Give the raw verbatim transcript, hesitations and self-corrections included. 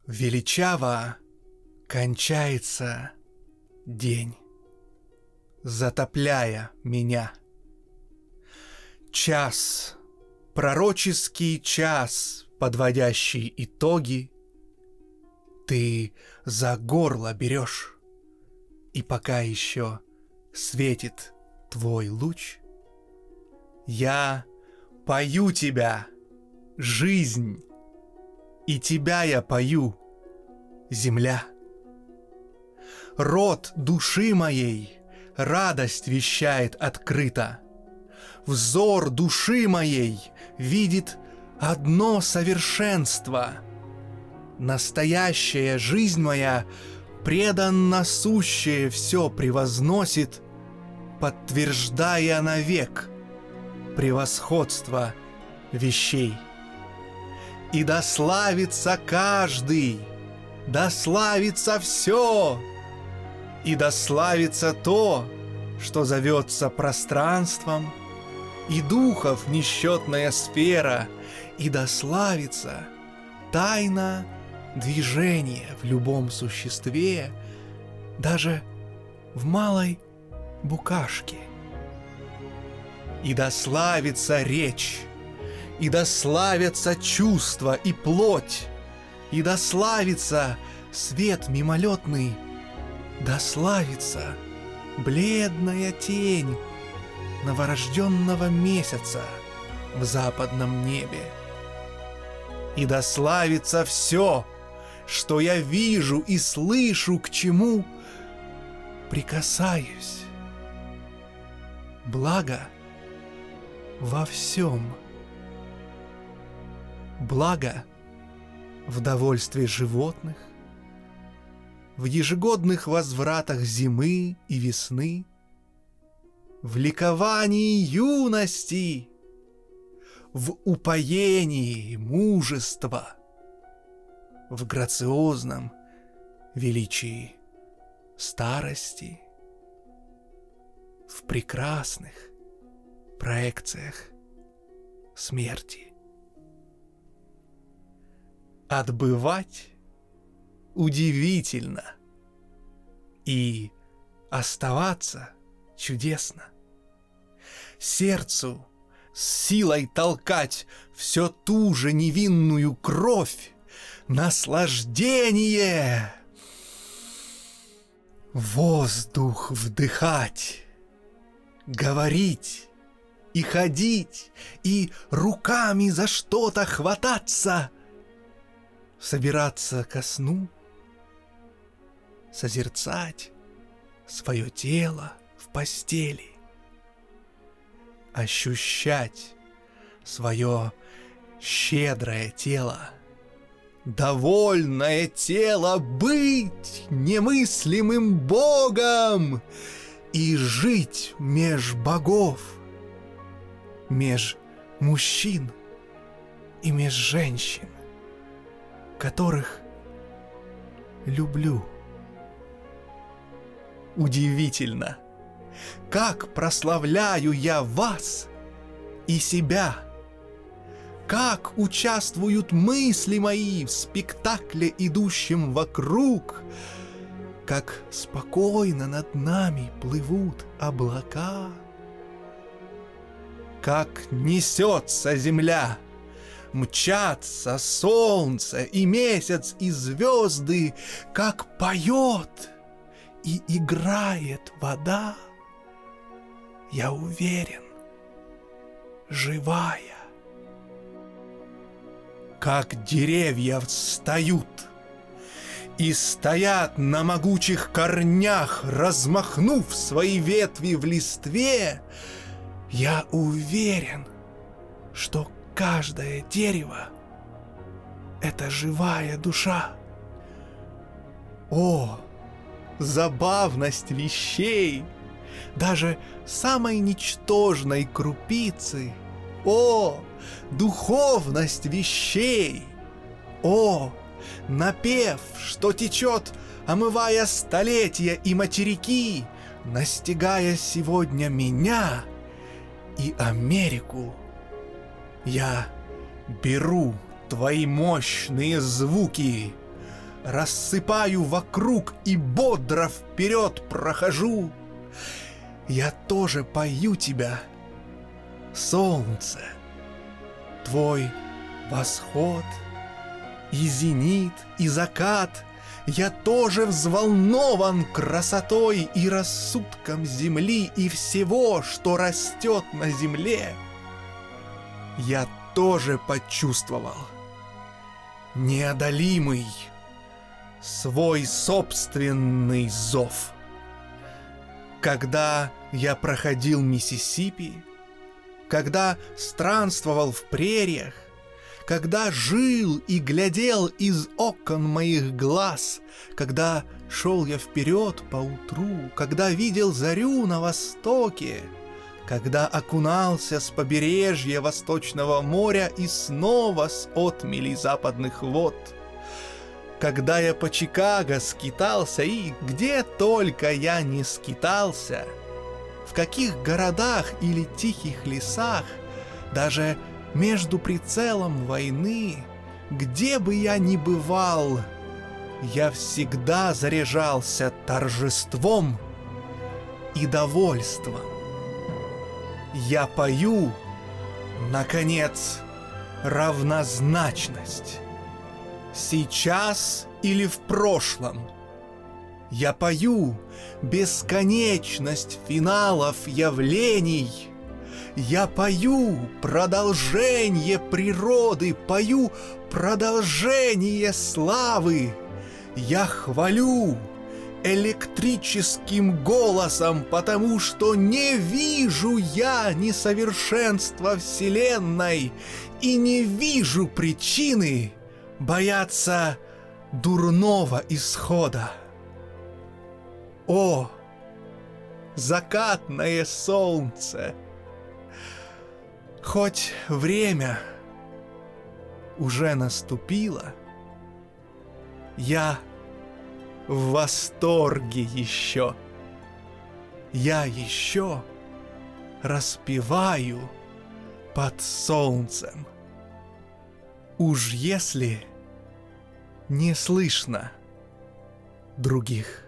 Величаво кончается день, затопляя меня. Час, пророческий час, подводящий итоги, ты за горло берешь, и пока еще светит твой луч, я пою тебя, жизнь, и тебя я пою, земля. Рот души моей радость вещает открыто. Взор души моей видит одно совершенство. Настоящая жизнь моя преданно сущее все превозносит, подтверждая навек превосходство вещей. И да славится каждый, да славится все, и да славится то, что зовется пространством, и духов несчетная сфера, и да славится тайна движения в любом существе, даже в малой букашке. И да славится речь, и да славятся чувства и плоть, и да славится свет мимолетный, да славится бледная тень новорожденного месяца в западном небе. И да славится все, что я вижу и слышу, к чему прикасаюсь. Благо во всем. Благо в довольстве животных, в ежегодных возвратах зимы и весны, в ликовании юности, в упоении мужества, в грациозном величии старости, в прекрасных проекциях смерти. Отбывать удивительно и оставаться чудесно. Сердцу с силой толкать все ту же невинную кровь, наслаждение, воздух вдыхать, говорить и ходить, и руками за что-то хвататься, собираться ко сну, созерцать свое тело в постели, ощущать свое щедрое тело, довольное тело, быть немыслимым Богом и жить меж богов, меж мужчин и меж женщин, которых люблю. Удивительно, как прославляю я вас и себя, как участвуют мысли мои в спектакле, идущем вокруг, как спокойно над нами плывут облака, как несется земля, мчатся солнце и месяц и звезды, как поет и играет вода. Я уверен, живая. Как деревья встают и стоят на могучих корнях, размахнув свои ветви в листве, я уверен, что каждое дерево — это живая душа. О, забавность вещей! Даже самой ничтожной крупицы! О, духовность вещей! О, напев, что течет, омывая столетия и материки, настигая сегодня меня и Америку! Я беру твои мощные звуки, рассыпаю вокруг и бодро вперед прохожу. Я тоже пою тебя, солнце, твой восход и зенит, и закат. Я тоже взволнован красотой и рассудком земли и всего, что растет на земле. Я тоже почувствовал неодолимый свой собственный зов. Когда я проходил Миссисипи, когда странствовал в прериях, когда жил и глядел из окон моих глаз, когда шел я вперед по утру, когда видел зарю на востоке, когда окунался с побережья Восточного моря и снова с отмелей западных вод, когда я по Чикаго скитался и где только я не скитался, в каких городах или тихих лесах, даже между прицелом войны, где бы я ни бывал, я всегда заряжался торжеством и довольством. Я пою, наконец, равнозначность. Сейчас или в прошлом. Я пою бесконечность финалов явлений. Я пою продолжение природы, пою продолжение славы. Я хвалю электрическим голосом, потому что не вижу я несовершенства Вселенной и не вижу причины бояться дурного исхода. О, закатное солнце! Хоть время уже наступило, я в восторге еще. Я еще распеваю под солнцем. Уж если не слышно других.